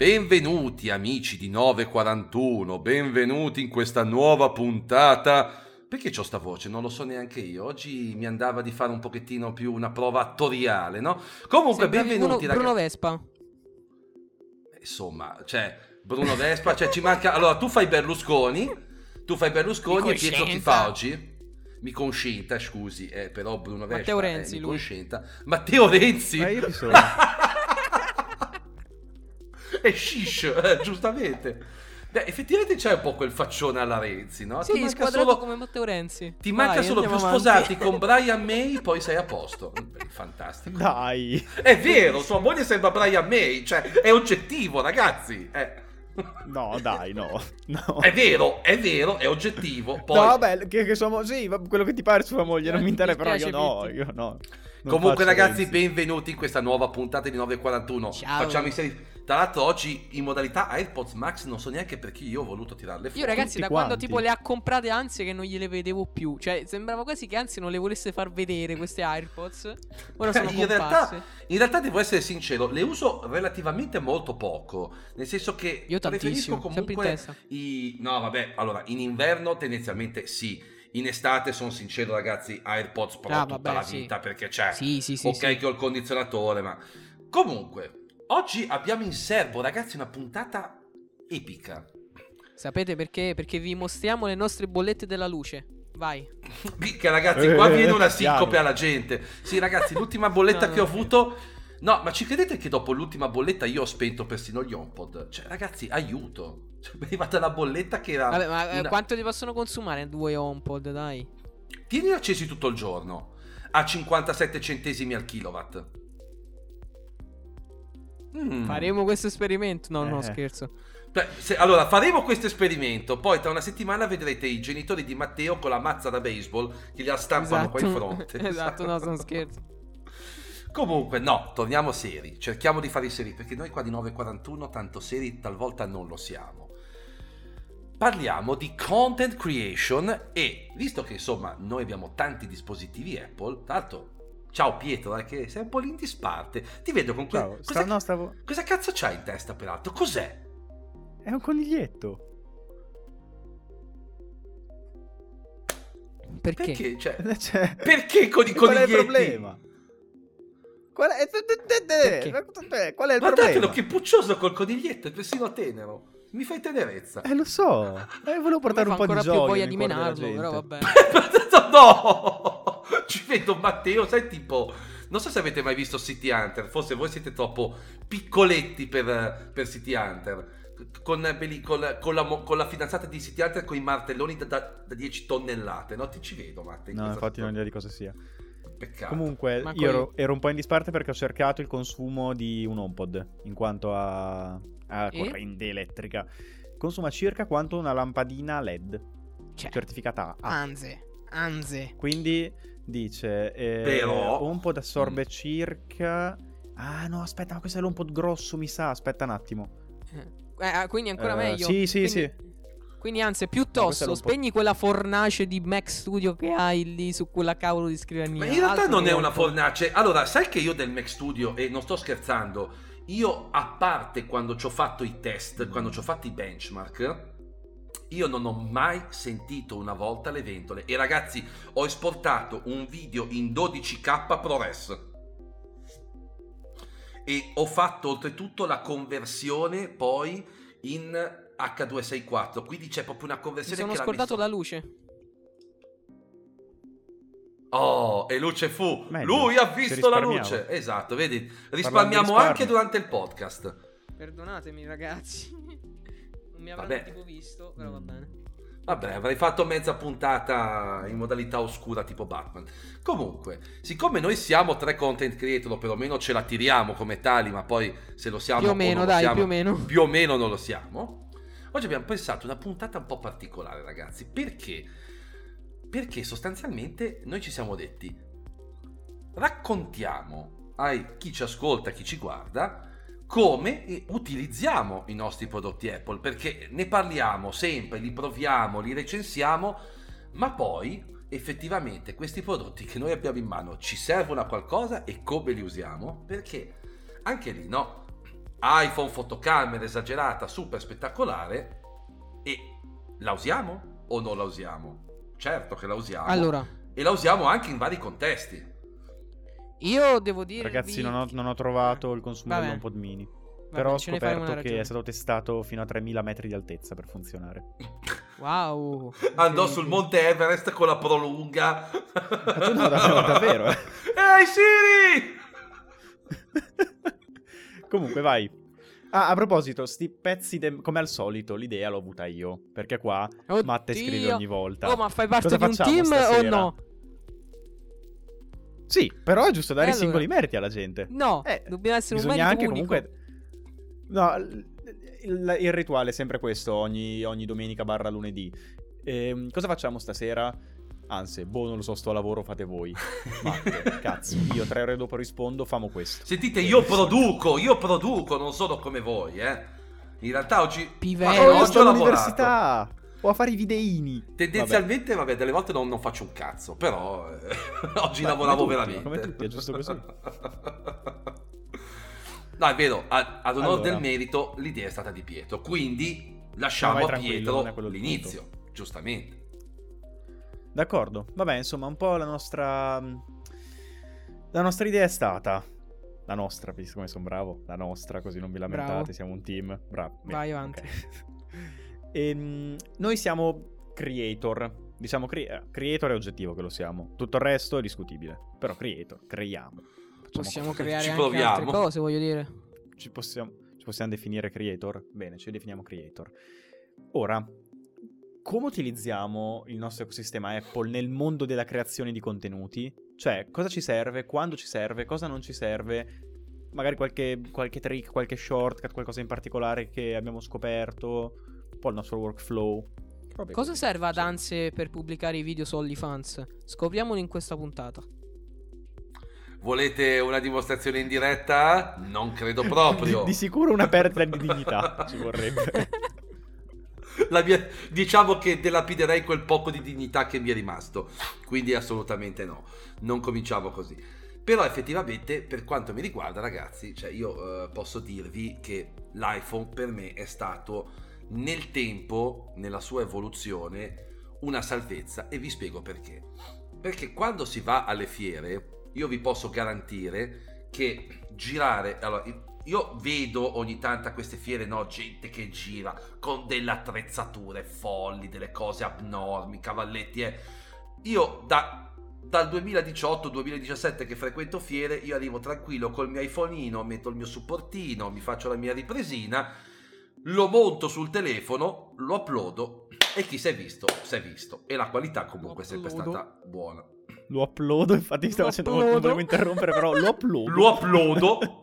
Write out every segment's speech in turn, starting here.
benvenuti amici di 941, benvenuti in questa nuova puntata. Perché c'ho sta voce? Non lo so neanche io. Oggi mi andava di fare un pochettino più una prova attoriale, no? Comunque, sembravi benvenuti Bruno ragazzi. Vespa. Insomma, cioè, Bruno Vespa, cioè ci manca... Allora, tu fai Berlusconi e Pietro chi fa oggi? Mi conscienta, scusi, però Bruno Vespa Matteo Renzi, mi lui. conscienta. Matteo Renzi? Ma io chi sono? E shish, giustamente. Beh, effettivamente c'è un po' quel faccione alla Renzi, no? Sì, squadrato come Matteo Renzi. Ti manca solo più sposarti con Brian May, poi sei a posto. Fantastico. Dai. È vero, sua moglie sembra Brian May, cioè è oggettivo, ragazzi. No, dai, no. È vero, è oggettivo. Poi... No, vabbè, che sua moglie... Sì, quello che ti pare sua moglie non mi interessa, però io no. Comunque ragazzi, benvenuti in questa nuova puntata di 941. Ciao. Facciamo i seri. Tra l'altro oggi in modalità AirPods Max, non so neanche perché io ho voluto tirarle fuori. Io ragazzi Tutti da quanti. quando tipo le ha comprate Anzi che non gliele vedevo più. Cioè sembrava quasi che Anzi non le volesse far vedere queste AirPods. Ora sono comparse. In realtà devo essere sincero, le uso relativamente molto poco. Nel senso che Io tantissimo, sempre in testa. No vabbè, allora in inverno tendenzialmente sì. In estate sono sincero ragazzi, AirPods Pro tutta la vita, perché c'è. Sì, ok, sì. che ho il condizionatore, ma comunque oggi abbiamo in serbo ragazzi una puntata epica. Sapete perché? Perché vi mostriamo le nostre bollette della luce. Vai. Che ragazzi, qua viene una chiaro. sincope alla gente. Sì ragazzi, l'ultima bolletta che ho avuto... No, ma ci credete che dopo l'ultima bolletta io ho spento persino gli HomePod? Cioè ragazzi, aiuto. Cioè, mi è arrivata la bolletta che era... Vabbè, ma quanto ti possono consumare due HomePod, dai? Tieni accesi tutto il giorno a 57 centesimi al kilowatt. Faremo questo esperimento? No, scherzo. Allora, faremo questo esperimento. Poi tra una settimana vedrete i genitori di Matteo con la mazza da baseball che gli stampano qua in fronte. Esatto, no, sono scherzo. Comunque, no, torniamo seri. Cerchiamo di fare i seri, perché noi qua di 941 tanto seri talvolta non lo siamo. Parliamo di content creation e, visto che insomma noi abbiamo tanti dispositivi Apple, tra l'altro, ciao Pietro, che sei un po' lì in disparte. Ti vedo con Ciao, cosa cazzo c'hai in testa peraltro? Cos'è? È un coniglietto. Perché? Cioè, Cioè, perché con i qual è coniglietti? il problema? Qual è il Guardatelo problema? che puccioso col coniglietto, è persino tenero. Mi fai tenerezza. Lo so. Volevo portare un po' di ancora gioia più voglia nel di cuore della menarlo, gente. però vabbè. No! Ci vedo Matteo, sai tipo... Non so se avete mai visto City Hunter, forse voi siete troppo piccoletti per City Hunter. Con la fidanzata di City Hunter con i martelloni da 10 tonnellate, no? Ti ci vedo, Matteo. No, infatti non ho idea di cosa sia. Peccato. Comunque, io ero un po' in disparte perché ho cercato il consumo di un HomePod in quanto a corrente elettrica. Consuma circa quanto una lampadina LED certificata A. Anze. Quindi dice Però HomePod assorbe circa... Ah no, aspetta, ma questo è l'HomePod grosso, mi sa. Aspetta un attimo. Quindi ancora meglio. Sì. Quindi anzi, piuttosto spegni quella fornace di Mac Studio che hai lì su quella cavolo di scrivania. Ma in realtà non è una fornace. Allora, sai che io del Mac Studio, e non sto scherzando, io a parte quando ci ho fatto i test, quando ci ho fatto i benchmark, io non ho mai sentito una volta le ventole. E ragazzi, ho esportato un video in 12K ProRes. E ho fatto oltretutto la conversione poi in H264, quindi c'è proprio una conversione. Mi sono scordato la luce. Oh, e luce fu. Meglio. Lui ha visto la luce. Esatto, vedi, risparmiamo anche durante il podcast. Perdonatemi ragazzi. Non mi avranno tipo visto, però va bene. Vabbè, avrei fatto mezza puntata in modalità oscura tipo Batman. Comunque, siccome noi siamo 3 content creator, o perlomeno ce la tiriamo come tali, ma poi se lo siamo più o meno, più o meno non lo siamo. Oggi abbiamo pensato una puntata un po' particolare, ragazzi. Perché? Perché sostanzialmente noi ci siamo detti: raccontiamo a chi ci ascolta, chi ci guarda, come utilizziamo i nostri prodotti Apple, perché ne parliamo sempre, li proviamo, li recensiamo, ma poi effettivamente questi prodotti che noi abbiamo in mano ci servono a qualcosa e come li usiamo, perché anche lì, no? iPhone, fotocamera esagerata, super spettacolare, e la usiamo o non la usiamo? Certo che la usiamo. Allora, e la usiamo anche in vari contesti. io devo dire, ragazzi, non ho trovato il consumo dell'HomePod mini. Però ho scoperto che è stato testato fino a 3000 metri di altezza per funzionare. Wow. Andò sul Monte Everest con la prolunga. No, davvero. Ehi Siri! Comunque vai. A proposito, sti pezzi come al solito l'idea l'ho avuta io, perché qua Matte scrive ogni volta. Oh, ma fai parte Cosa di un team stasera? o no? Sì, però è giusto dare i singoli meriti alla gente. No, dobbiamo essere un merito anche unico. Comunque no, il rituale è sempre questo ogni domenica / lunedì. Cosa facciamo stasera? Anzi, non lo so, sto a lavoro, fate voi. Matte, cazzo, io 3 ore dopo rispondo, famo questo. Sentite, io produco, non sono come voi, In realtà oggi io sto all'università, o a fare i videini. Tendenzialmente, vabbè, delle volte non faccio un cazzo, però oggi lavoravo veramente. Come tutti, è giusto così. No, è vero, ad onore del merito l'idea è stata di Pietro, quindi lasciamo a Pietro l'inizio, giustamente. D'accordo, vabbè, insomma, un po' la nostra idea è stata la nostra, visto come sono bravo, la nostra, così non vi lamentate, bravo. Siamo un team, bravo. Vai avanti. Okay. Noi siamo creator, diciamo creator è oggettivo che lo siamo, tutto il resto è discutibile, però creator, creiamo. Possiamo creare anche altre cose, voglio dire. Ci possiamo definire creator? Bene, ci definiamo creator. Ora, come utilizziamo il nostro ecosistema Apple nel mondo della creazione di contenuti? Cioè, cosa ci serve, quando ci serve, cosa non ci serve? Magari qualche trick, qualche shortcut, qualcosa in particolare che abbiamo scoperto, un po' il nostro workflow. Cosa serve ad Anse per pubblicare i video su OnlyFans? Scopriamolo in questa puntata. Volete una dimostrazione in diretta? Non credo proprio. Di sicuro una perdita di dignità ci vorrebbe. Diciamo che delapiderei quel poco di dignità che mi è rimasto, quindi assolutamente no, non cominciamo così. Però effettivamente, per quanto mi riguarda, ragazzi, cioè io posso dirvi che l'iPhone per me è stato nel tempo, nella sua evoluzione, una salvezza, e vi spiego perché. Perché quando si va alle fiere, io vi posso garantire che girare, allora, io vedo ogni tanto a queste fiere, gente che gira con delle attrezzature folli, delle cose abnormi, cavalletti. Io dal 2018-2017 che frequento fiere, io arrivo tranquillo col mio iPhoneino, metto il mio supportino, mi faccio la mia ripresina, lo monto sul telefono, lo uploado e chi si è visto, si è visto. E la qualità comunque è sempre stata buona. Lo uploado, infatti stavo facendo, non volevo interrompere, però lo uploado.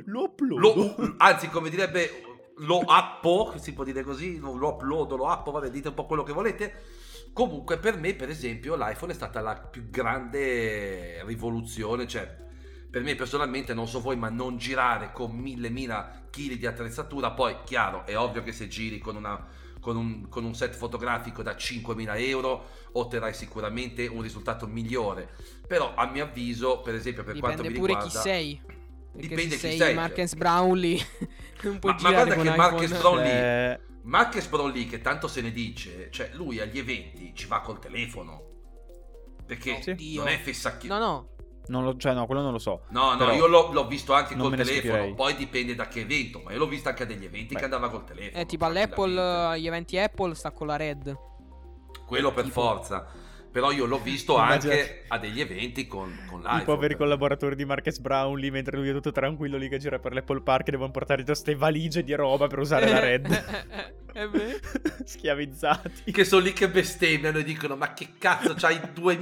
Anzi, come direbbe lo appo, si può dire così, lo uploado, lo appo, vabbè, dite un po' quello che volete. Comunque per me, per esempio, l'iPhone è stata la più grande rivoluzione, cioè per me personalmente, non so voi, ma non girare con 1000 kg di attrezzatura. Poi chiaro, è ovvio che se giri con un set fotografico da 5.000 euro otterrai sicuramente un risultato migliore, però a mio avviso, per esempio, per quanto mi riguarda, dipende pure chi sei. Dipende se chi sei sei, Marques Brownlee non puoi ma guarda con che iPhone. Marques Brownlee, che tanto se ne dice, cioè lui agli eventi ci va col telefono, perché non è fessacchino. No, quello non lo so. No, però io l'ho visto anche col telefono, stupirei. Poi dipende da che evento, ma io l'ho visto anche a degli eventi che andava col telefono. Tipo all'Apple, agli eventi Apple sta con la Red. Quello per forza. Però io l'ho visto anche a degli eventi con l'iPhone. I poveri collaboratori di Marques Brownlee, mentre lui è tutto tranquillo lì che gira per l'Apple Park, devono portare tutte queste valigie di roba per usare la Red. Schiavizzati. Che sono lì che bestemmiano e dicono: ma che cazzo, c'hai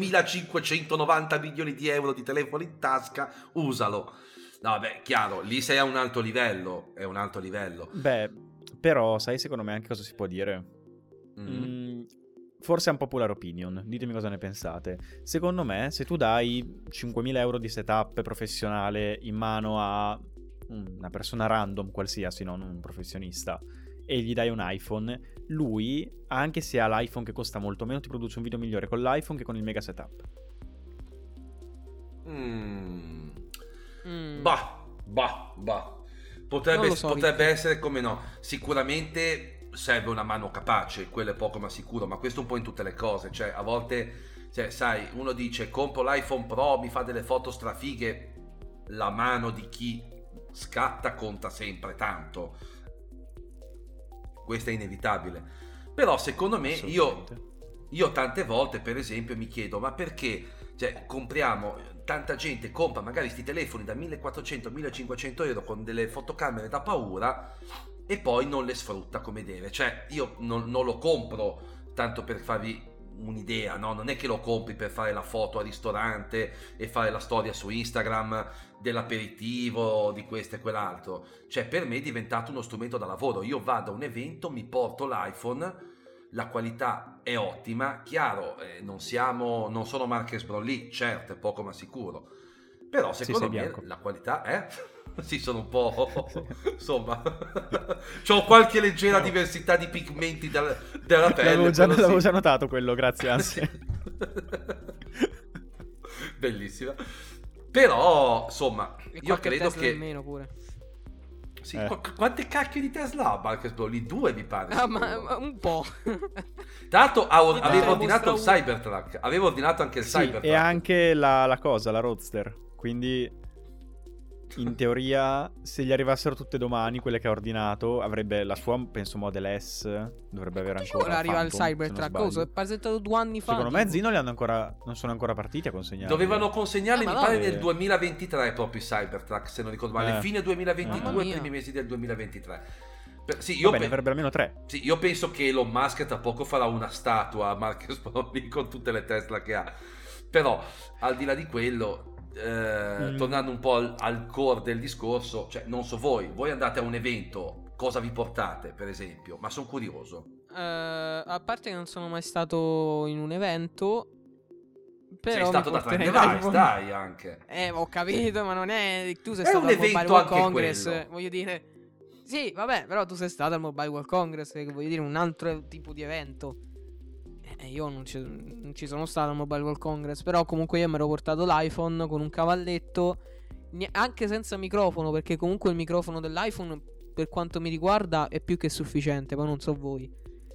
2.590 milioni di euro di telefono in tasca, usalo. No, beh, chiaro, lì sei a un alto livello. È un alto livello. Beh, però sai secondo me anche cosa si può dire? Forse è un popular opinion, ditemi cosa ne pensate. Secondo me, se tu dai 5.000 euro di setup professionale in mano a una persona random qualsiasi, non un professionista, e gli dai un iPhone, lui, anche se ha l'iPhone che costa molto meno, ti produce un video migliore con l'iPhone che con il mega setup. Bah. Potrebbe essere, come no. Sicuramente serve una mano capace, quello è poco ma sicuro, ma questo un po' in tutte le cose. Cioè, a volte, sai, uno dice compro l'iPhone Pro, mi fa delle foto strafighe. La mano di chi scatta conta sempre tanto. Questo è inevitabile. Però secondo me, io tante volte, per esempio, mi chiedo, ma perché tanta gente compra magari sti telefoni da 1400-1500 euro con delle fotocamere da paura e poi non le sfrutta come deve. Cioè, io non lo compro tanto per farvi un'idea, no? Non è che lo compri per fare la foto al ristorante e fare la storia su Instagram dell'aperitivo, di questo e quell'altro. Cioè, per me è diventato uno strumento da lavoro. Io vado a un evento, mi porto l'iPhone, la qualità è ottima, chiaro, non sono Marques Brownlee, certo, è poco ma sicuro, però secondo me bianco. La qualità è sì, sono un po' insomma c'ho qualche leggera diversità di pigmenti della pelle, l'avevo già notato quello, grazie anzi. Bellissima, però insomma io credo Tesla che meno pure. Sì, quante cacchio di Tesla ha Marques Brownlee? 2 mi pare. Ma un po'. Tra l'altro avevo ordinato il Cybertruck. Avevo ordinato anche il Cybertruck. E anche la Roadster. Quindi in teoria, se gli arrivassero tutte domani, quelle che ha ordinato, avrebbe la sua, penso, Model S. Dovrebbe avere ancora. Ora arriva il Cybertruck. Cosa? È presentato 2 anni fa. Secondo me Zino non sono ancora partiti a consegnarli. Dovevano consegnarli, mi pare, nel 2023 proprio i Cybertruck, se non ricordo male. Fine 2022, primi mesi del 2023. Sì, ne avrebbero almeno 3. Sì, io penso che Elon Musk tra poco farà una statua a Marques Brownlee con tutte le Tesla che ha. Però, al di là di quello, tornando un po' al core del discorso, cioè non so voi andate a un evento, cosa vi portate per esempio? Ma sono curioso. A parte che non sono mai stato in un evento, però sei stato da Trend Device, dai, anche. Ho capito, ma non è, tu sei stato al Mobile World Congress, quello. Voglio dire, sì, vabbè, però tu sei stato al Mobile World Congress, che voglio dire un altro tipo di evento. Io non ci sono stato al Mobile World Congress, però comunque io mi ero portato l'iPhone con un cavalletto, anche senza microfono, perché comunque il microfono dell'iPhone, per quanto mi riguarda, è più che sufficiente, poi non so voi.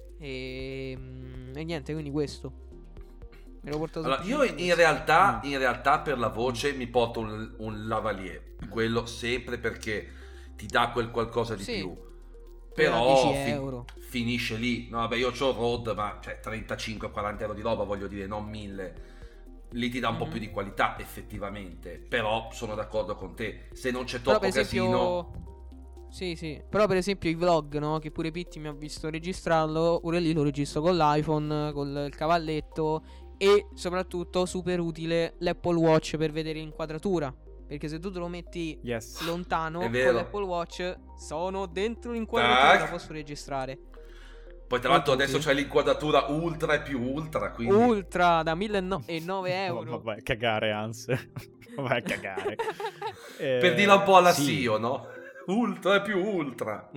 E niente, quindi questo. Me l'ho portato. Allora, io in realtà per la voce mi porto un lavalier, quello sempre, perché ti dà quel qualcosa di più. Però 10 euro. Finisce lì. No, vabbè, io c'ho Rode, ma 35-40 euro di roba, voglio dire, non 1000. Lì ti dà un po' più di qualità, effettivamente. Però sono d'accordo con te. Se non c'è troppo casino. Sì. Però per esempio i vlog, no? Che pure Pitti mi ha visto registrarlo. Pure lì lo registro con l'iPhone, con il cavalletto. E soprattutto super utile l'Apple Watch per vedere l'inquadratura. Perché se tu te lo metti lontano con l'Apple Watch, sono dentro l'inquadratura, posso registrare. Poi tra l'altro adesso c'è l'inquadratura ultra e più ultra, quindi... Ultra da 1.009 euro. Vai a cagare, Hans. Vai a cagare. Per dirla un po' alla CEO, no? Ultra e più ultra.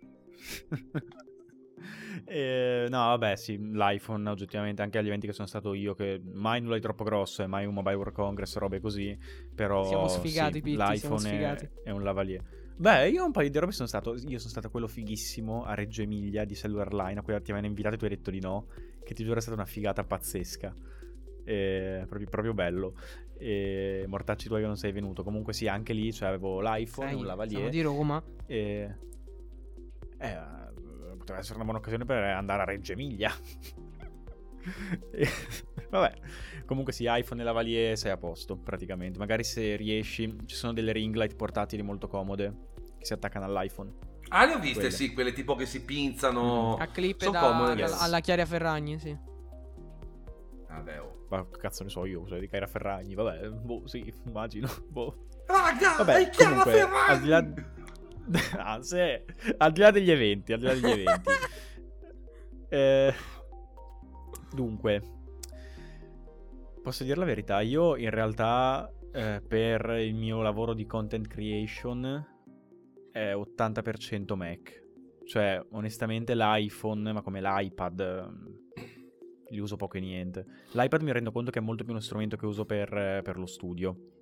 No, vabbè, sì, l'iPhone oggettivamente, anche agli eventi che sono stato io, che mai nulla di troppo grosso, mai un Mobile World Congress, robe così, però siamo sfigati, Pitti, l'iPhone è un lavalier. Beh, io un paio di robe sono stato quello fighissimo a Reggio Emilia di Cellular Line, a cui ti avevano invitato e tu hai detto di no, che ti giuro è stata una figata pazzesca. Proprio bello. E mortacci tuoi che non sei venuto. Comunque sì, anche lì avevo l'iPhone, un lavalier. Siamo di Roma. Poteva essere una buona occasione per andare a Reggio Emilia. Vabbè, comunque sì, iPhone e lavalier sei a posto praticamente. Magari se riesci, ci sono delle ring light portatili molto comode che si attaccano all'iPhone. Ah, le ho viste, quelle. Sì, quelle tipo che si pinzano a clip alla Chiara Ferragni, sì. Vabbè, ma cazzo ne so io, uso di Chiara Ferragni, vabbè, sì, immagino, Raga, vabbè, è Chiara Ferragni! Al di là... al di là degli eventi. Dunque, posso dire la verità, io in realtà per il mio lavoro di content creation è 80% Mac. Cioè, onestamente l'iPhone, ma come l'iPad, li uso poco e niente. L'iPad mi rendo conto che è molto più uno strumento che uso per lo studio.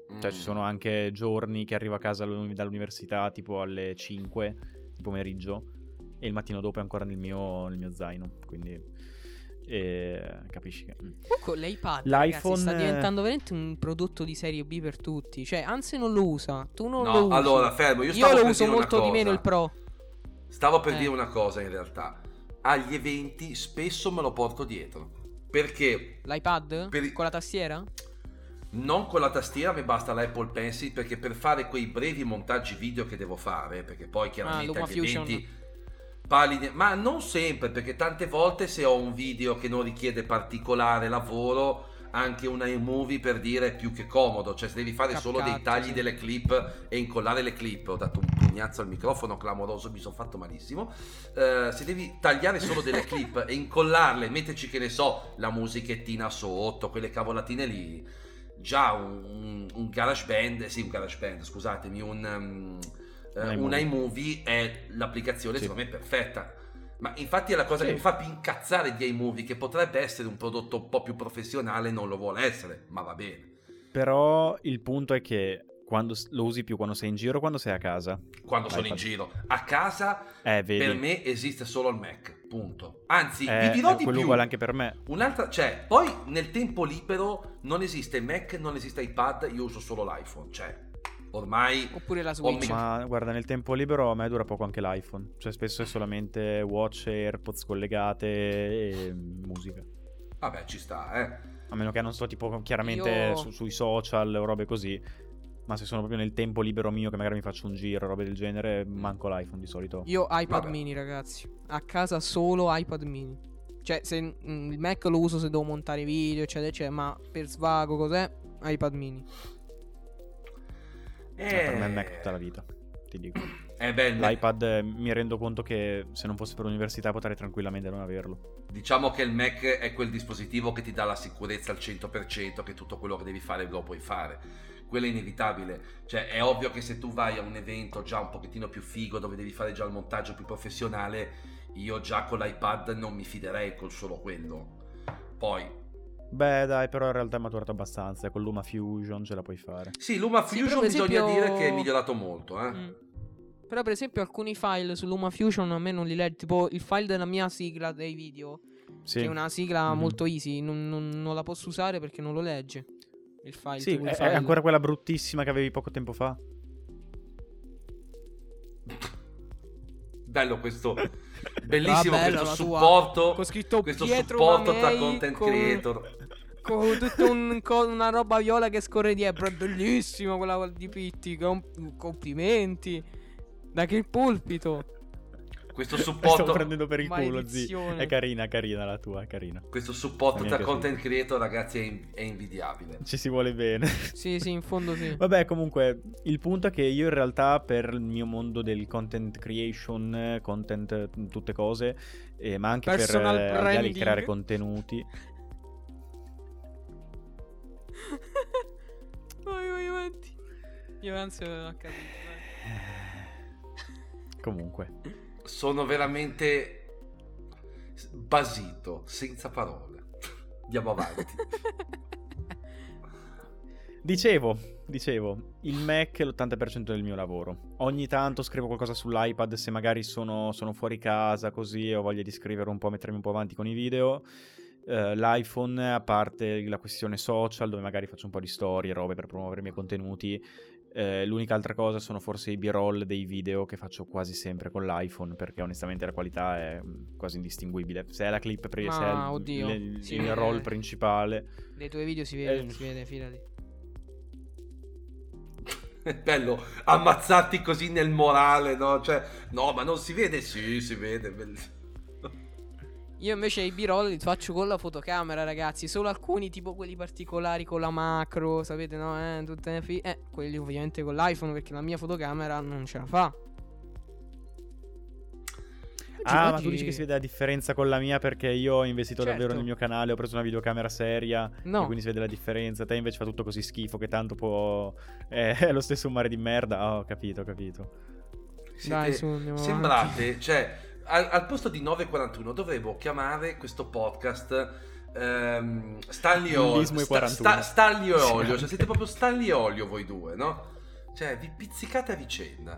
Cioè ci sono anche giorni che arrivo a casa dall'università tipo alle 5 di pomeriggio e il mattino dopo è ancora nel mio zaino, quindi capisci che... Comunque l'iPad, l'iPhone ragazzi, sta diventando veramente un prodotto di serie B per tutti. Cioè, anzi non lo usa, tu non lo usi. Allora, fermo, io lo uso molto di meno il Pro. Stavo per dire una cosa in realtà. Agli eventi spesso me lo porto dietro. Perché? L'iPad? Con la tastiera? Non con la tastiera, mi basta l'Apple Pencil, perché per fare quei brevi montaggi video che devo fare, perché poi chiaramente agli eventi ma non sempre, perché tante volte se ho un video che non richiede particolare lavoro, anche una iMovie per dire è più che comodo, cioè se devi fare solo dei tagli delle clip e incollare le clip, ho dato un pugnazzo al microfono clamoroso, mi sono fatto malissimo, se devi tagliare solo delle clip e incollarle, metterci che ne so, la musichettina sotto, quelle cavolatine lì, già un GarageBand, scusatemi, un iMovie è l'applicazione secondo me perfetta. Ma infatti è la cosa che mi fa più incazzare di iMovie, che potrebbe essere un prodotto un po' più professionale, non lo vuole essere, ma va bene. Però il punto è che quando lo usi più quando sei in giro o quando sei a casa? Quando sono in giro. A casa per me esiste solo il Mac, punto. Anzi, vi dirò di quello più. uguale anche per me. Un'altra, cioè, poi nel tempo libero non esiste Mac, non esiste iPad, io uso solo l'iPhone, cioè ormai. Oppure la Switch. Ma guarda, nel tempo libero a me dura poco anche l'iPhone. Cioè spesso è solamente watch, AirPods collegate e musica. Vabbè, ci sta, A meno che non sto tipo chiaramente sui social o robe così. Ma se sono proprio nel tempo libero mio che magari mi faccio un giro, robe del genere, manco l'iPhone di solito. Io iPad mini, ragazzi. A casa solo iPad mini. Cioè se il Mac lo uso se devo montare video, eccetera, ma per svago cos'è? iPad mini. Per me è Mac tutta la vita, ti dico. L'iPad mi rendo conto che se non fosse per l'università potrei tranquillamente non averlo. Diciamo che il Mac è quel dispositivo che ti dà la sicurezza al 100%, che tutto quello che devi fare lo puoi fare. Quello è inevitabile. Cioè è ovvio che se tu vai a un evento già un pochettino più figo, dove devi fare già il montaggio più professionale, io già con l'iPad non mi fiderei con solo quello. Poi beh dai, però in realtà è maturato abbastanza. Con LumaFusion ce la puoi fare. Sì, LumaFusion bisogna dire che è migliorato molto, Però per esempio alcuni file su LumaFusion a me non li leggo. Tipo il file della mia sigla dei video, che è una sigla molto easy, non la posso usare perché non lo legge il file. Sì, è ancora quella bruttissima che avevi poco tempo fa. Bello questo. Bellissimo questo supporto. Con scritto questo Pietro supporto Mamei, tra content creator. Con tutta una roba viola che scorre dietro. È bellissimo quella di Pitti. Complimenti. Da che pulpito. Questo supporto. Stavo prendendo per il culo, zio. È carina la tua, è carina. Questo supporto tra content creator, ragazzi, è invidiabile. Ci si vuole bene. Sì, in fondo sì. Vabbè, comunque, il punto è che io in realtà per il mio mondo del content creation, content, tutte cose, ma anche personal per creare contenuti. Vai avanti. Io anzi ho capito. Comunque sono veramente basito, senza parole. Andiamo avanti. Dicevo, il Mac è l'80% del mio lavoro. Ogni tanto scrivo qualcosa sull'iPad se magari sono fuori casa così ho voglia di scrivere un po', mettermi un po' avanti con i video. L'iPhone, a parte la questione social dove magari faccio un po' di storie, robe per promuovere i miei contenuti, l'unica altra cosa sono forse i b-roll dei video che faccio quasi sempre con l'iPhone, perché onestamente la qualità è quasi indistinguibile. Se è la clip, se è il roll principale dei tuoi video si vede, fidati. È bello ammazzarti così nel morale, no? Cioè, no, ma non si vede? Sì, si vede, bellissimo. Io invece i b-roll li faccio con la fotocamera, ragazzi. Solo alcuni, tipo quelli particolari con la macro, sapete, no? Tutte quelli ovviamente con l'iPhone, perché la mia fotocamera non ce la fa. Ma tu dici che si vede la differenza con la mia perché io ho investito davvero nel mio canale, ho preso una videocamera seria, e quindi si vede la differenza. Te invece fa tutto così schifo che tanto è lo stesso un mare di merda. Ho capito. Dai, su, andiamo sembrate, cioè al posto di 9:41 dovremmo chiamare questo podcast Stanley e Olio. Stanley e Olio, cioè siete proprio Stanley e Olio voi due, no? Cioè vi pizzicate a vicenda.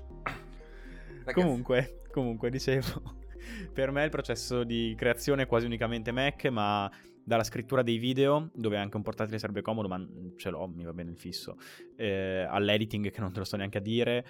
Ragazzi. Comunque dicevo, per me il processo di creazione è quasi unicamente Mac, ma dalla scrittura dei video, dove anche un portatile sarebbe comodo, ma ce l'ho, mi va bene il fisso, all'editing, che non te lo sto neanche a dire,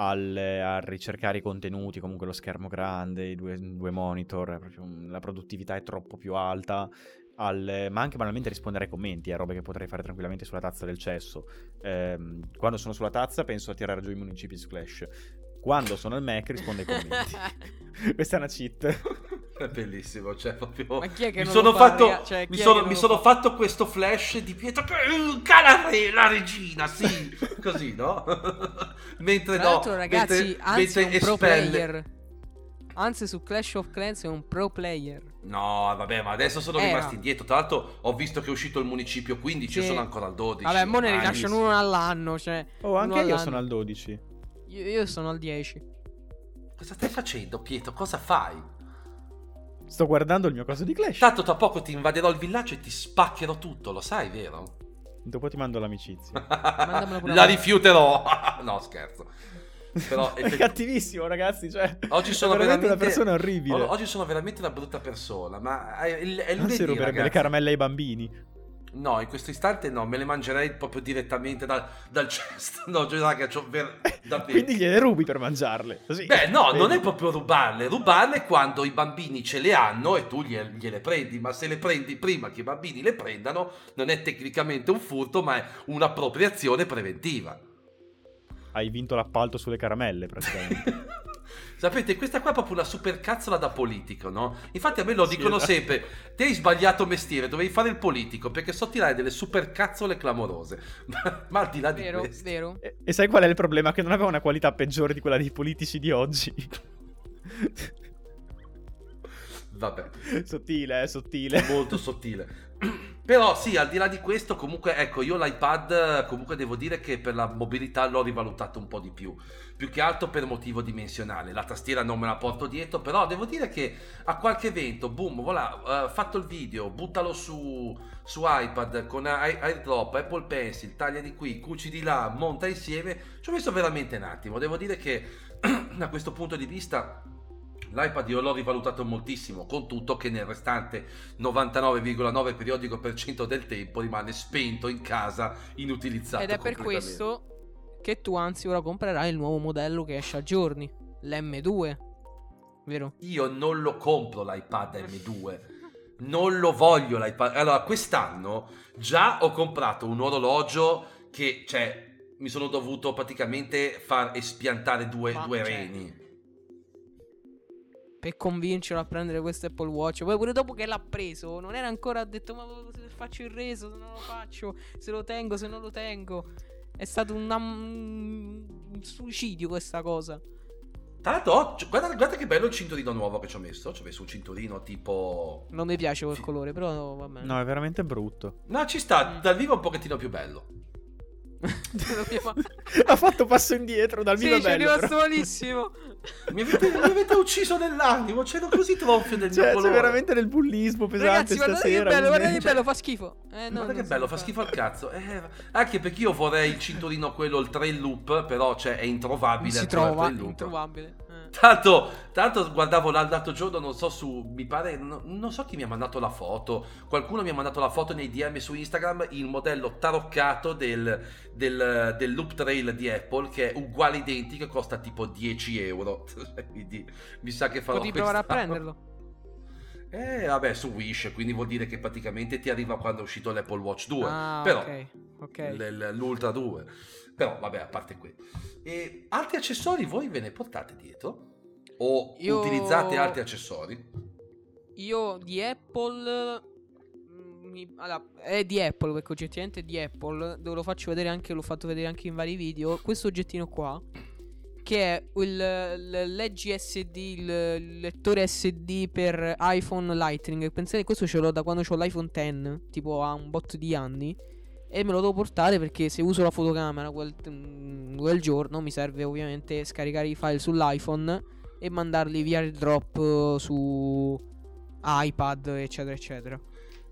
a ricercare i contenuti, comunque lo schermo grande, i due monitor, proprio la produttività è troppo più alta, ma anche banalmente rispondere ai commenti, robe che potrei fare tranquillamente sulla tazza del cesso. Quando sono sulla tazza penso a tirare giù i municipi su Clash. Quando sono al Mac rispondo ai commenti. Questa è una cheat. È bellissimo, cioè proprio. Ma chi è che mi sono fatto questo flash di Pietro che cala la regina, sì, così, no? Mentre tra l'altro, ragazzi, anzi è un pro player. Anzi, su Clash of Clans è un pro player. No, vabbè, ma adesso sono rimasti indietro. Tra l'altro ho visto che è uscito il municipio 15, sì. Io sono ancora al 12. Vabbè, mo ne rilasciano uno all'anno, cioè. Anche io sono al 12. Io sono al 10. Cosa stai facendo, Pietro? Cosa fai? Sto guardando il mio coso di Clash. Tanto tra poco ti invaderò il villaggio e ti spaccherò tutto, lo sai, vero? Dopo ti mando l'amicizia. La rifiuterò. No, scherzo. Però è cattivissimo, ragazzi, cioè, oggi sono veramente una persona orribile. Oggi sono veramente una brutta persona, ma è lunedì, si ruberebbe le caramelle ai bambini. No, in questo istante no, me le mangerei proprio direttamente dal cesto. No, raga, quindi gliele rubi per mangiarle? Così. Beh, no, non è proprio rubarle. Rubarle quando i bambini ce le hanno e tu gliele prendi. Ma se le prendi prima che i bambini le prendano, non è tecnicamente un furto, ma è un'appropriazione preventiva. Hai vinto l'appalto sulle caramelle, praticamente. Sapete, questa qua è proprio una super cazzola da politico, no? Infatti a me lo dicono sempre: te hai sbagliato mestiere, dovevi fare il politico, perché so tirare delle super cazzole clamorose. Ma al di là di questo, vero. E sai qual è il problema? Che non aveva una qualità peggiore di quella dei politici di oggi. Vabbè, sottile, molto sottile. Però sì, al di là di questo, comunque, ecco, io l'iPad comunque devo dire che per la mobilità l'ho rivalutato un po' di più che altro per motivo dimensionale. La tastiera non me la porto dietro, però devo dire che a qualche evento, boom, voilà, fatto il video, buttalo su iPad con AirDrop, Apple Pencil, taglia di qui, cuci di là, monta insieme, ci ho messo veramente un attimo. Devo dire che da questo punto di vista l'iPad io l'ho rivalutato moltissimo, con tutto che nel restante 99,9 periodico per cento del tempo rimane spento in casa, inutilizzato. Ed è per questo che tu anzi ora comprerai il nuovo modello che esce a giorni, l'M2, vero? Io non lo compro l'iPad M2, non lo voglio l'iPad. Allora, quest'anno già ho comprato un orologio che, cioè, mi sono dovuto praticamente far espiantare due reni per convincerlo a prendere questo Apple Watch. Poi pure dopo che l'ha preso non era ancora detto: ma se faccio il reso, se non lo faccio, se lo tengo, se non lo tengo. È stato un suicidio questa cosa. Tra l'altro, guarda che bello il cinturino nuovo che ci ho messo. Ci ho messo un cinturino tipo... Non mi piace quel colore, però va bene. No, è veramente brutto. No, ci sta, dal vivo è un pochettino più bello. Ha fatto passo indietro dal vivo, sì, bello. Sì, è rimasto malissimo. mi avete ucciso nell'animo. C'ero così tronfio del mio colore. C'è veramente del bullismo pesante. Ragazzi, stasera. Guardate che bello, fa schifo. Guarda che bello, fa schifo al cazzo. Anche perché io vorrei il cinturino quello, il trail loop, però è introvabile. Non si trova, introvabile. Tanto guardavo l'altro giorno, non so, mi pare, non so chi mi ha mandato la foto. Qualcuno mi ha mandato la foto nei DM su Instagram, il modello taroccato del loop trail di Apple, che è uguale identico, costa tipo 10 euro. Quindi mi sa che farò potevi provare a prenderlo. Vabbè, su Wish, quindi vuol dire che praticamente ti arriva quando è uscito l'Apple Watch 2. Però ok. l'Ultra 2. Però vabbè, a parte quello. E altri accessori voi ve ne portate dietro? O utilizzate altri accessori? Io di Apple... Allora, è di Apple, perché oggettivamente è di Apple. Dove lo faccio vedere anche, l'ho fatto vedere anche in vari video. Questo oggettino qua, che è l'EGSD, il lettore SD per iPhone Lightning. Pensate, questo ce l'ho da quando ho l'iPhone X, tipo ha un botto di anni. E me lo devo portare perché se uso la fotocamera quel giorno mi serve ovviamente scaricare i file sull'iPhone e mandarli via AirDrop su iPad, eccetera eccetera.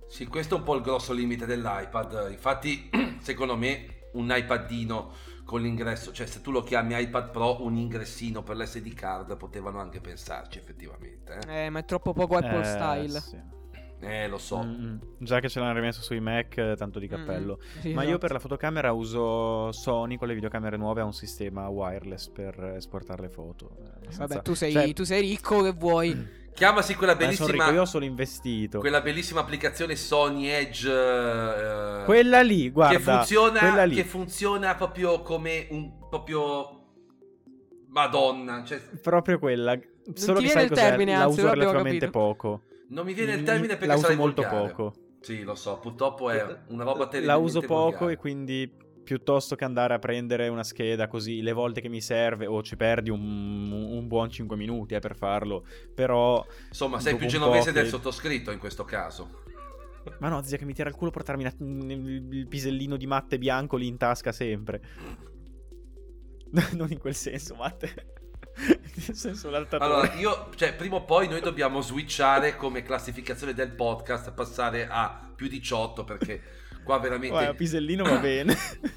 Sì, questo è un po' il grosso limite dell'iPad. Infatti, secondo me, un iPadino con l'ingresso, cioè se tu lo chiami iPad Pro, un ingressino per l'SD card, potevano anche pensarci effettivamente. Ma è troppo poco Apple style. Sì. Lo so. Già che ce l'hanno rimesso sui Mac, tanto di cappello. Sì, Ma esatto. io per la fotocamera uso Sony, con le videocamere nuove ha un sistema wireless per esportare le foto. Vabbè, tu sei ricco, che vuoi? Chiamasi quella sono bellissima. ricco, io ho solo investito. Quella bellissima applicazione Sony Edge. Quella lì, guarda. Che funziona proprio come proprio Madonna. Cioè, proprio quella. Solo che viene sai il cos'è? termine, La anzi, uso lo abbiamo relativamente capito. poco. Non mi viene il termine perché la uso sarei molto volgare. poco. Sì, lo so, purtroppo è una roba terribilmente La uso poco volgare. e quindi piuttosto che andare a prendere una scheda così le volte che mi serve, o ci perdi un buon 5 minuti per farlo, però insomma sei più dopo un genovese po' del che- sottoscritto in questo caso. Ma no, zia, che mi tira il culo portarmi il pisellino di Matte bianco lì in tasca sempre. Non in quel senso, Matte. Nel senso l'altatore. Allora, prima o poi noi dobbiamo switchare come classificazione del podcast, passare a più 18, perché qua veramente... Guarda, pisellino va bene.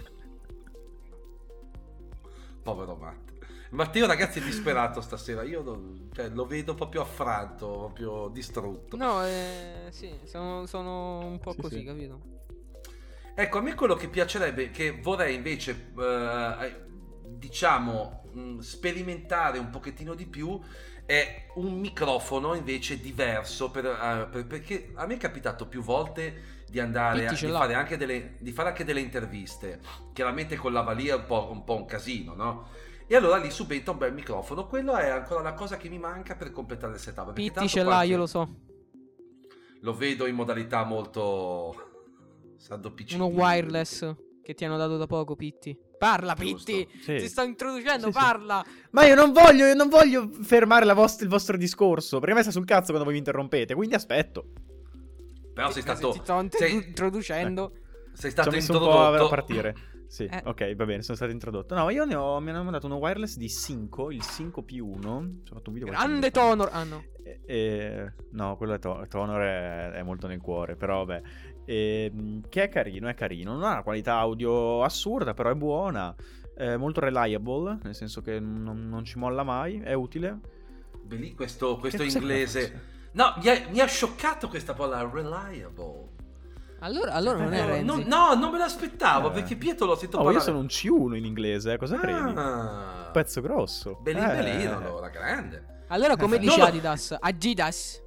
Povero Matteo, ragazzi, è disperato stasera. Io lo vedo proprio affranto, proprio distrutto. No, sì, sono un po' Sì, così, sì. capito? Ecco, a me quello che piacerebbe, che vorrei invece, diciamo, sperimentare un pochettino di più, è un microfono invece diverso, perché a me è capitato più volte di andare Pitti ce di l'ha. fare anche delle interviste. Chiaramente con la valia è un po' un casino, no? E allora lì subentra un bel microfono. Quello è ancora la cosa che mi manca per completare il setup. perché Pitti tanto ce l'ha, io lo so. Lo vedo in modalità molto Sando PC. Uno wireless che ti hanno dato da poco, Pitti. Parla, Giusto. Pitti! Sì. Ti sto introducendo, Sì, sì. parla! Ma io non voglio fermare il vostro discorso, perché a me sta sul cazzo quando voi mi interrompete, quindi aspetto. Però sei stato Ti sto introducendo. sei Ci stato ho messo un po' introdotto. a partire. Sì, ok, va bene, sono stato introdotto. No, io mi hanno mandato uno wireless di Synco, il Synco P1. Ci ho fatto un video. Grande Tonor. Ah, no. No, quello è Tonor è molto nel cuore, però vabbè. Che è carino. Non ha una qualità audio assurda, però è buona. Molto reliable, nel senso che non ci molla mai, è utile. Beh, questo Che inglese. No, mi ha scioccato questa parola reliable. Allora non è Renzi. No, non me l'aspettavo, perché Pietro l'ho sentito Io parlare. sono un C1 in inglese, cosa credi? Pezzo grosso. Bellino allora, grande. Allora come No, dici no. Adidas?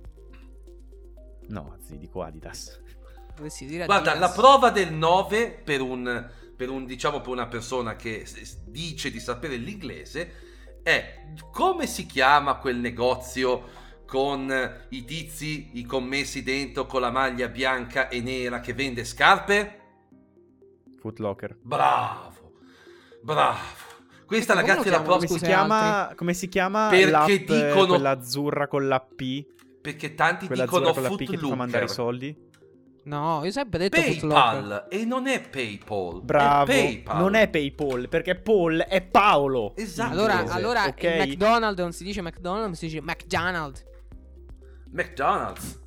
No, dico Adidas. Dovresti dire Guarda, Adidas. la prova del 9 per una persona che dice di sapere l'inglese è: come si chiama quel negozio con i tizi, i commessi dentro con la maglia bianca e nera che vende scarpe? Foot Locker. Bravo. Questa, Come ragazzi, lo è la chiamano, prova. Come si chiama Perché l'app, dicono- quella azzurra con la P? Perché tanti Quella dicono azzurra con la P che ti fa mandare i Foot soldi? No, io ho sempre detto Foot Locker. PayPal, e non è PayPal. Bravo. È PayPal. Non è PayPal, perché Paul è Paolo. Esatto. Allora ok? il McDonald's non si dice McDonald's, ma si dice McDonald's. McDonald's.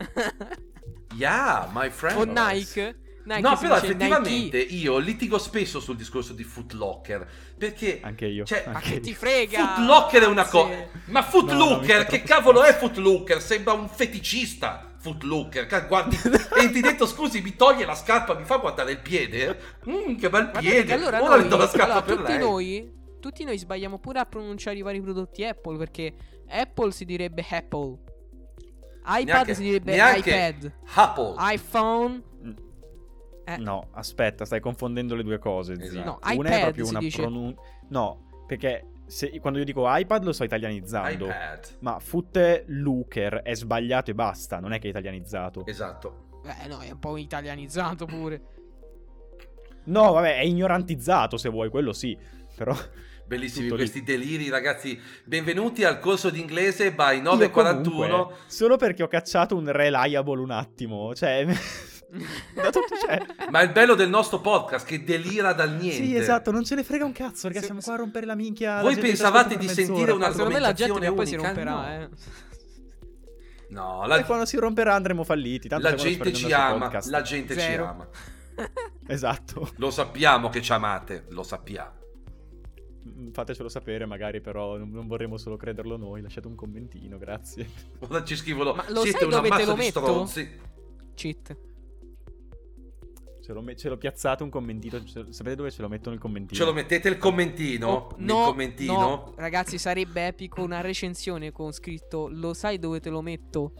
Yeah, my friend. O Nike. No, si però dice effettivamente Nike. io litigo spesso sul discorso di Foot Locker, perché Anche io. cioè, Ma anche che io. ti frega? Foot Locker è una Sì. cosa. Ma Foot No, no, mi Locker, fa che troppo cavolo è schifo. Foot Locker? Sembra un feticista. Foot Locker, guardi, entri dentro, scusi, mi toglie la scarpa, mi fa guardare il piede. Che bel Guardate piede. che allora Ora noi, metto la scarpa allora, per tutti noi sbagliamo pure a pronunciare i vari prodotti Apple, perché Apple si direbbe Apple, iPad Neanche- si direbbe neanche iPad, Apple. iPhone. No, aspetta, stai confondendo le due cose, zio. Esatto. No, Una iPad è proprio si una dice. No, perché quando io dico iPad lo sto italianizzando. iPad. Ma Foot Looker è sbagliato e basta, non è che è italianizzato. Esatto. No, è un po' italianizzato pure. No, vabbè, è ignorantizzato se vuoi, quello sì. Però Bellissimi tutto questi deliri, ragazzi. Benvenuti al corso di inglese by Io 941. comunque, solo perché ho cacciato un reliable un attimo, cioè da tutto c'è. Ma il bello del nostro podcast che delira dal niente. Sì, esatto, non ce ne frega un cazzo, perché Se- siamo qua a rompere la minchia. Voi la gente pensavate ascolta di per sentire mezz'ora. una Ma secondo me la gente argomentazione poi si unica? romperà, No. No, e quando si romperà andremo falliti. Tanto la gente ci ama, la gente ci ama. Esatto. Lo sappiamo che ci amate, lo sappiamo. Fatecelo sapere magari, però non vorremmo solo crederlo noi. Lasciate un commentino, grazie. Ora ci scrivono, ma lo siete sai una dove te massa lo di metto? stronzi. Cheat. Ce l'ho piazzato un commentino. Sapete dove ce lo metto nel commentino? Ce lo mettete il commentino? Nel commentino? No, ragazzi, sarebbe epico una recensione con scritto lo sai dove te lo metto?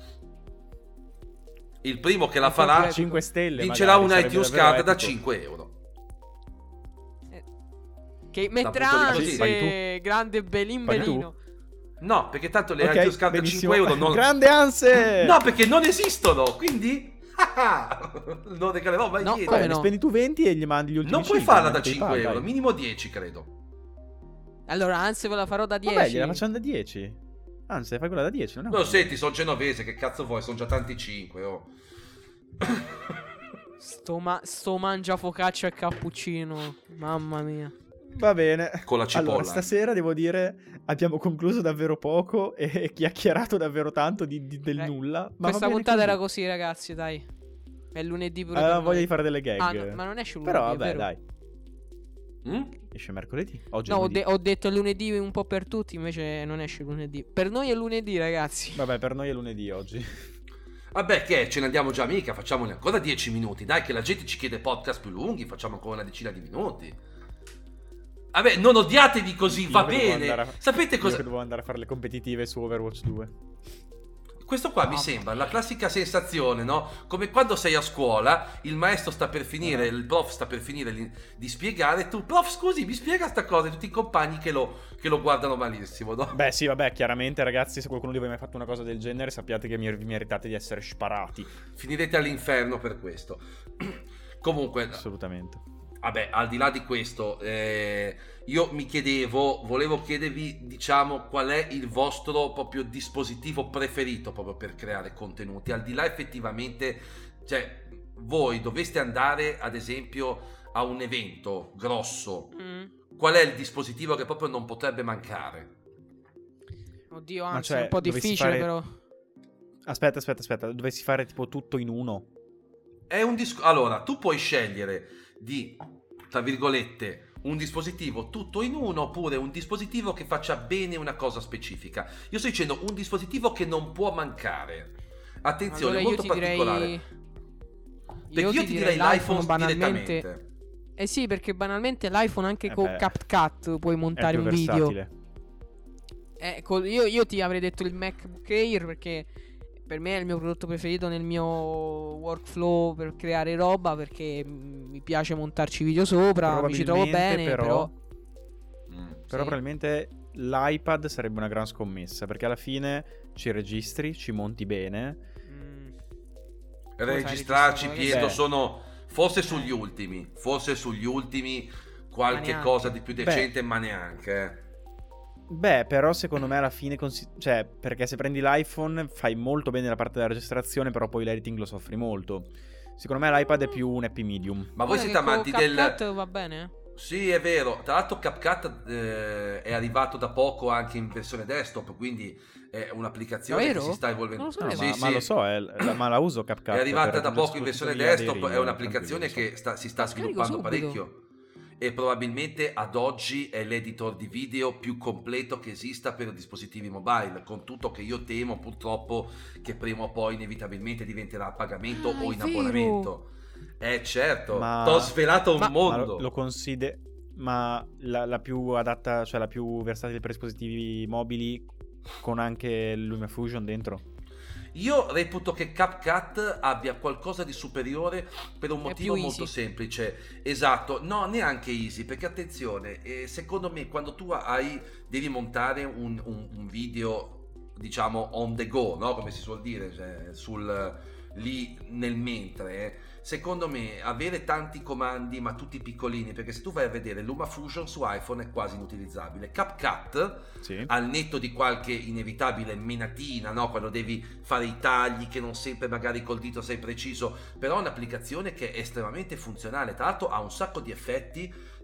Il primo che la farà 5 stelle vincerà magari, un iTunes Card da 5 euro. Che metterà anche grande Belimberino. No, perché tanto le iTunes Card da 5 euro non... Grande Anse! No, perché non esistono, quindi... non regalerò mai niente. Vabbè, ne spendi tu 20 e gli mandi gli ultimi non 5. puoi farla da 5 euro, minimo 10 credo. Allora, Anse ve la farò da 10. Vabbè, gliela facciamo da 10. Anzi, fai quella da 10, non è No, senti, sono genovese, che cazzo vuoi? Sono già tanti 5, oh. Sto mangia focaccia e cappuccino. Mamma mia. Va bene. Con la cipolla. Allora, stasera devo dire abbiamo concluso davvero poco e chiacchierato davvero tanto del nulla. Ma questa puntata era così, ragazzi, dai. È lunedì pure. Aveva voglia di fare delle gag. No, ma non esce lunedì. Però vabbè, dai. Mm? Esce mercoledì? Oggi no, lunedì. ho detto lunedì un po' per tutti, invece non esce lunedì. Per noi è lunedì, ragazzi. Vabbè, per noi è lunedì oggi. Vabbè, che ce ne andiamo già mica, facciamone ancora 10 minuti. Dai, che la gente ci chiede podcast più lunghi, facciamo ancora una decina di minuti. Vabbè, non odiatevi così, va bene. Sapete cosa? Io che devo andare a fare le competitive su Overwatch 2. Questo qua mi sembra la classica sensazione, no? Come quando sei a scuola, il maestro sta per finire, il prof sta per finire di spiegare, tu, prof, scusi, mi spiega sta cosa, e tutti i compagni che lo guardano malissimo, no? Beh, sì, vabbè, chiaramente, ragazzi, se qualcuno di voi mi ha fatto una cosa del genere, sappiate che vi meritate di essere sparati. Finirete all'inferno per questo. Comunque... Assolutamente. Vabbè, al di là di questo, io volevo chiedervi, diciamo, qual è il vostro proprio dispositivo preferito proprio per creare contenuti, al di là effettivamente, cioè, voi doveste andare, ad esempio, a un evento grosso, qual è il dispositivo che proprio non potrebbe mancare? Oddio, anzi, è un po' difficile, però. Aspetta, dovessi fare tipo tutto in uno. È un allora, tu puoi scegliere di, tra virgolette, un dispositivo tutto in uno oppure un dispositivo che faccia bene una cosa specifica. Io sto dicendo un dispositivo che non può mancare. Attenzione, allora, molto particolare. Perché io ti direi l'iPhone direttamente. Sì, perché banalmente l'iPhone anche con CapCut puoi montare un versatile. Video. Io ti avrei detto il MacBook Air perché per me è il mio prodotto preferito nel mio workflow per creare roba, perché mi piace montarci video sopra, mi ci trovo bene, però probabilmente l'iPad sarebbe una gran scommessa, perché alla fine ci registri, ci monti bene. Registrarci, Pietro, sono forse sugli ultimi qualche cosa di più decente, ma neanche. Beh, però secondo me alla fine cioè, perché se prendi l'iPhone fai molto bene la parte della registrazione, però poi l'editing lo soffri molto. Secondo me l'iPad è più un happy medium. Ma voi siete amanti del CapCut va bene? Sì, è vero. Tra l'altro CapCut è arrivato da poco anche in versione desktop, quindi è un'applicazione che si sta evolvendo. Ma lo so, ma la uso CapCut. È arrivata da poco in versione desktop, è un'applicazione che si sta sviluppando parecchio. E probabilmente ad oggi è l'editor di video più completo che esista per dispositivi mobile, con tutto che io temo purtroppo che prima o poi inevitabilmente diventerà a pagamento o in abbonamento. Certo, t'ho svelato un mondo. Ma lo consideri, ma la più adatta, cioè la più versatile per dispositivi mobili con anche LumaFusion dentro? Io reputo che CapCut abbia qualcosa di superiore per un motivo molto semplice. Esatto, no, neanche easy, perché attenzione, secondo me quando tu devi montare un video, diciamo on the go, no? Come si suol dire, cioè, lì nel mentre, secondo me avere tanti comandi ma tutti piccolini, perché se tu vai a vedere LumaFusion su iPhone è quasi inutilizzabile. CapCut, al netto di qualche inevitabile menatina, no? Quando devi fare i tagli che non sempre magari col dito sei preciso, però è un'applicazione che è estremamente funzionale, tra l'altro ha un sacco di effetti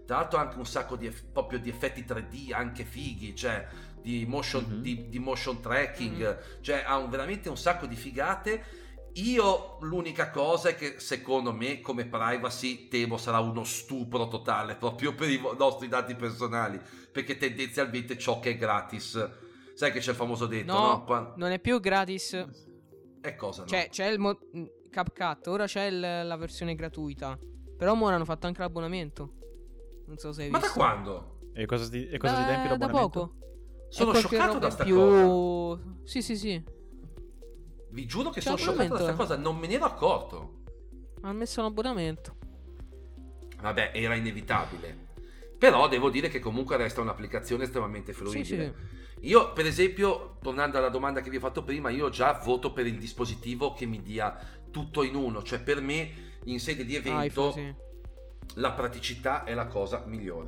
Tra l'altro anche un sacco proprio di effetti 3D anche fighi, cioè di motion, di motion tracking, cioè ha veramente un sacco di figate. Io l'unica cosa è che secondo me come privacy temo sarà uno stupro totale proprio per i nostri dati personali, perché tendenzialmente ciò che è gratis, sai che c'è il famoso detto, no? Non è più gratis. E cosa no? Cioè c'è il CapCut, ora c'è la versione gratuita, però ora hanno fatto anche l'abbonamento. Non so se hai visto. Ma da quando? E cosa ti dà in più l'abbonamento? Da poco. Sono scioccato da sta cosa. Sì. Vi giuro che sono scioccato da questa cosa, non me ne ero accorto. Ha messo un abbonamento. Vabbè, era inevitabile. Però devo dire che comunque resta un'applicazione estremamente fruibile. Sì. Io, per esempio, tornando alla domanda che vi ho fatto prima, io già voto per il dispositivo che mi dia tutto in uno. Cioè, per me, in sede di evento, la praticità è la cosa migliore.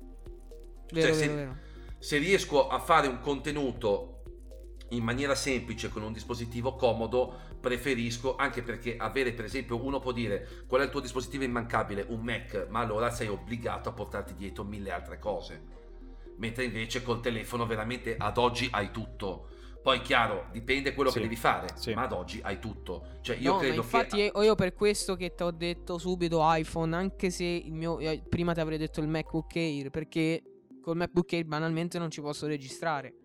Vero. Se riesco a fare un contenuto in maniera semplice con un dispositivo comodo, preferisco, anche perché avere, per esempio, uno può dire qual è il tuo dispositivo immancabile, un Mac, ma allora sei obbligato a portarti dietro 1000 altre cose, mentre invece col telefono veramente ad oggi hai tutto. Poi chiaro, dipende quello che devi fare, ma ad oggi hai tutto. Cioè io credo infatti io per questo che ti ho detto subito iPhone, anche se il mio prima ti avrei detto il MacBook Air, perché col MacBook Air banalmente non ci posso registrare.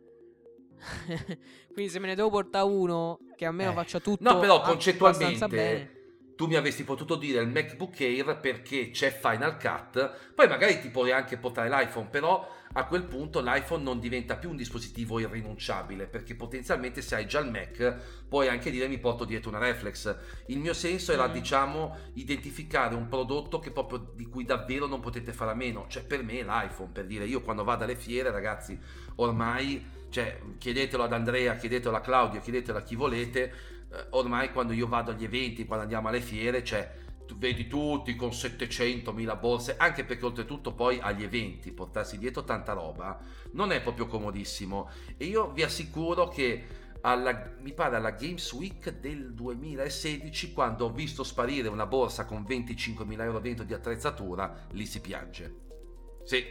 Quindi se me ne devo portare uno che a me lo faccia tutto. No, però concettualmente tu mi avresti potuto dire il MacBook Air perché c'è Final Cut, poi magari ti puoi anche portare l'iPhone, però a quel punto l'iPhone non diventa più un dispositivo irrinunciabile, perché potenzialmente se hai già il Mac puoi anche dire mi porto dietro una reflex. Il mio senso era diciamo identificare un prodotto che proprio di cui davvero non potete fare a meno, cioè per me l'iPhone, per dire io quando vado alle fiere ragazzi ormai, cioè chiedetelo ad Andrea, chiedetelo a Claudio, chiedetelo a chi volete, ormai quando io vado agli eventi, quando andiamo alle fiere, cioè tu vedi tutti con 700.000 borse, anche perché oltretutto poi agli eventi portarsi dietro tanta roba non è proprio comodissimo, e io vi assicuro che mi pare alla Games Week del 2016, quando ho visto sparire una borsa con 25.000 euro dentro di attrezzatura, lì si piange. Sì.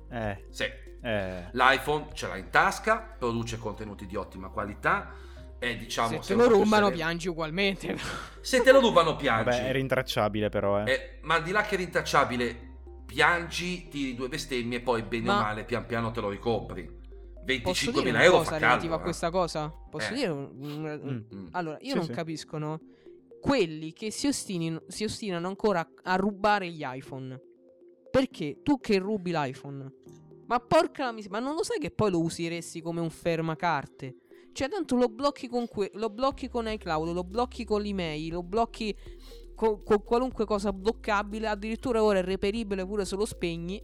L'iPhone ce l'ha in tasca, produce contenuti di ottima qualità, diciamo, se te lo rubano piangi ugualmente. Se te lo rubano piangi. Vabbè, è rintracciabile però ma al di là che è rintracciabile, piangi, tiri due bestemmie e poi bene o male pian piano te lo ricompri. 25.000 euro fa caldo, relativa a questa cosa? Posso dire allora io non capisco, no? Quelli che si ostinano ancora a rubare gli iPhone. Perché tu che rubi l'iPhone, ma porca la miseria, ma non lo sai che poi lo useresti come un fermacarte? Cioè tanto lo blocchi lo blocchi con iCloud, lo blocchi con l'email, lo blocchi con qualunque cosa bloccabile, addirittura ora è reperibile pure se lo spegni.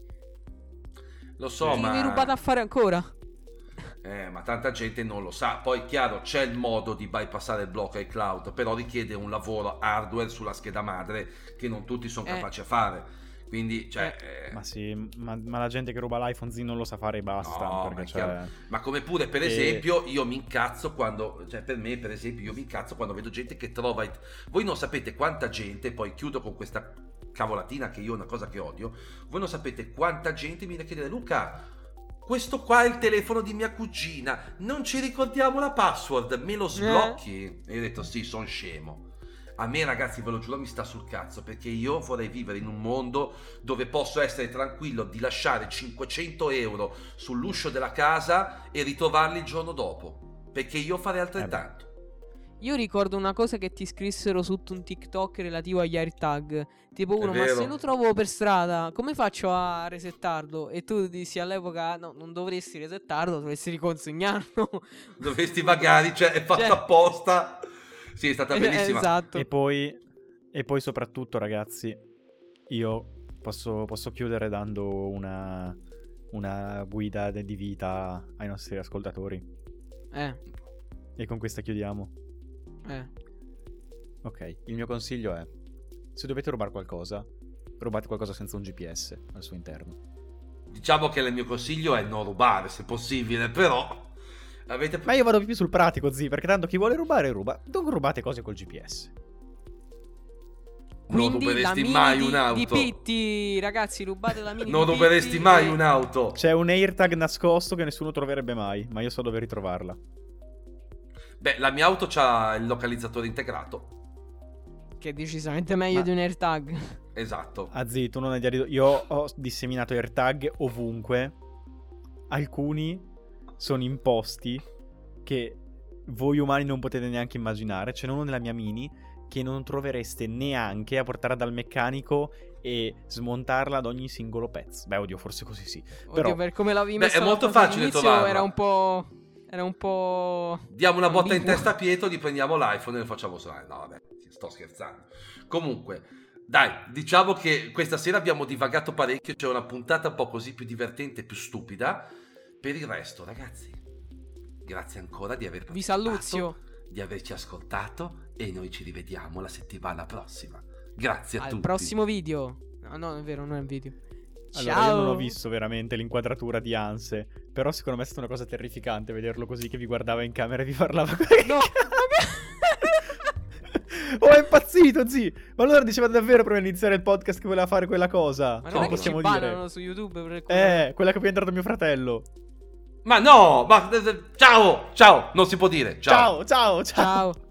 Lo so, ma mi rubate a fare ancora? Ma tanta gente non lo sa. Poi chiaro, c'è il modo di bypassare il blocco iCloud, però richiede un lavoro hardware sulla scheda madre che non tutti sono capaci a fare. Quindi, cioè, ma sì, ma la gente che ruba l'iPhone non lo sa fare e basta. No, perché ma come pure, per esempio, io mi incazzo quando, cioè per me, per esempio, io mi incazzo quando vedo gente che trova. Voi non sapete quanta gente, poi chiudo con questa cavolatina che io è una cosa che odio. Voi non sapete quanta gente mi viene a chiedere: Luca, questo qua è il telefono di mia cugina, non ci ricordiamo la password, me lo sblocchi? E io ho detto sì, sono scemo. A me ragazzi, ve lo giuro, mi sta sul cazzo, perché io vorrei vivere in un mondo dove posso essere tranquillo di lasciare 500 euro sull'uscio della casa e ritrovarli il giorno dopo, perché io farei altrettanto. Io ricordo una cosa che ti scrissero su un TikTok relativo agli AirTag, tipo uno: ma se lo trovo per strada come faccio a resettarlo? E tu dissi all'epoca: no, non dovresti resettarlo, dovresti riconsegnarlo. Dovresti magari, cioè è fatto apposta. Sì, è stata bellissima. Esatto. E poi soprattutto ragazzi, io posso chiudere dando una guida di vita ai nostri ascoltatori. E con questa chiudiamo. Ok, il mio consiglio è: se dovete rubare qualcosa, rubate qualcosa senza un GPS al suo interno. Diciamo che il mio consiglio è non rubare se possibile, però ma io vado più sul pratico, perché tanto chi vuole rubare ruba. Non rubate cose col GPS. Non non ruberesti mai un'auto. Di Pitti, ragazzi, rubate la Mini. Non ruberesti mai un'auto. C'è un AirTag nascosto che nessuno troverebbe mai, ma io so dove ritrovarla. Beh, la mia auto c'ha il localizzatore integrato. Che è decisamente meglio di un AirTag. Esatto. Azzi, tu non hai idea. Io ho disseminato AirTag ovunque. Alcuni sono imposti che voi umani non potete neanche immaginare. C'è uno nella mia Mini che non trovereste neanche a portare dal meccanico e smontarla ad ogni singolo pezzo. Beh, oddio, forse così sì. Oddio, Però per come l'avevi messa è molto facile trovarla. Era un po'... Diamo una botta in testa a Pietro, gli prendiamo l'iPhone e lo facciamo suonare. No, vabbè, sto scherzando. Comunque, dai, diciamo che questa sera abbiamo divagato parecchio. C'è una puntata un po' così più divertente, più stupida. Per il resto, ragazzi, grazie ancora di aver partecipato, vi saluzio, di averci ascoltato e noi ci rivediamo la settimana prossima. Grazie a tutti. Al prossimo video. No, è vero, non è un video. Allora, Ciao. io non ho visto veramente l'inquadratura di Anse, però secondo me è stata una cosa terrificante vederlo così che vi guardava in camera e vi parlava. No. Oh, è impazzito, zi! Ma allora diceva davvero prima di iniziare il podcast che voleva fare quella cosa. Ma non è che possiamo ci dire? bannano su YouTube per quella che poi è entrato mio fratello. Ma no, ma ciao, non si può dire. Ciao. Ciao.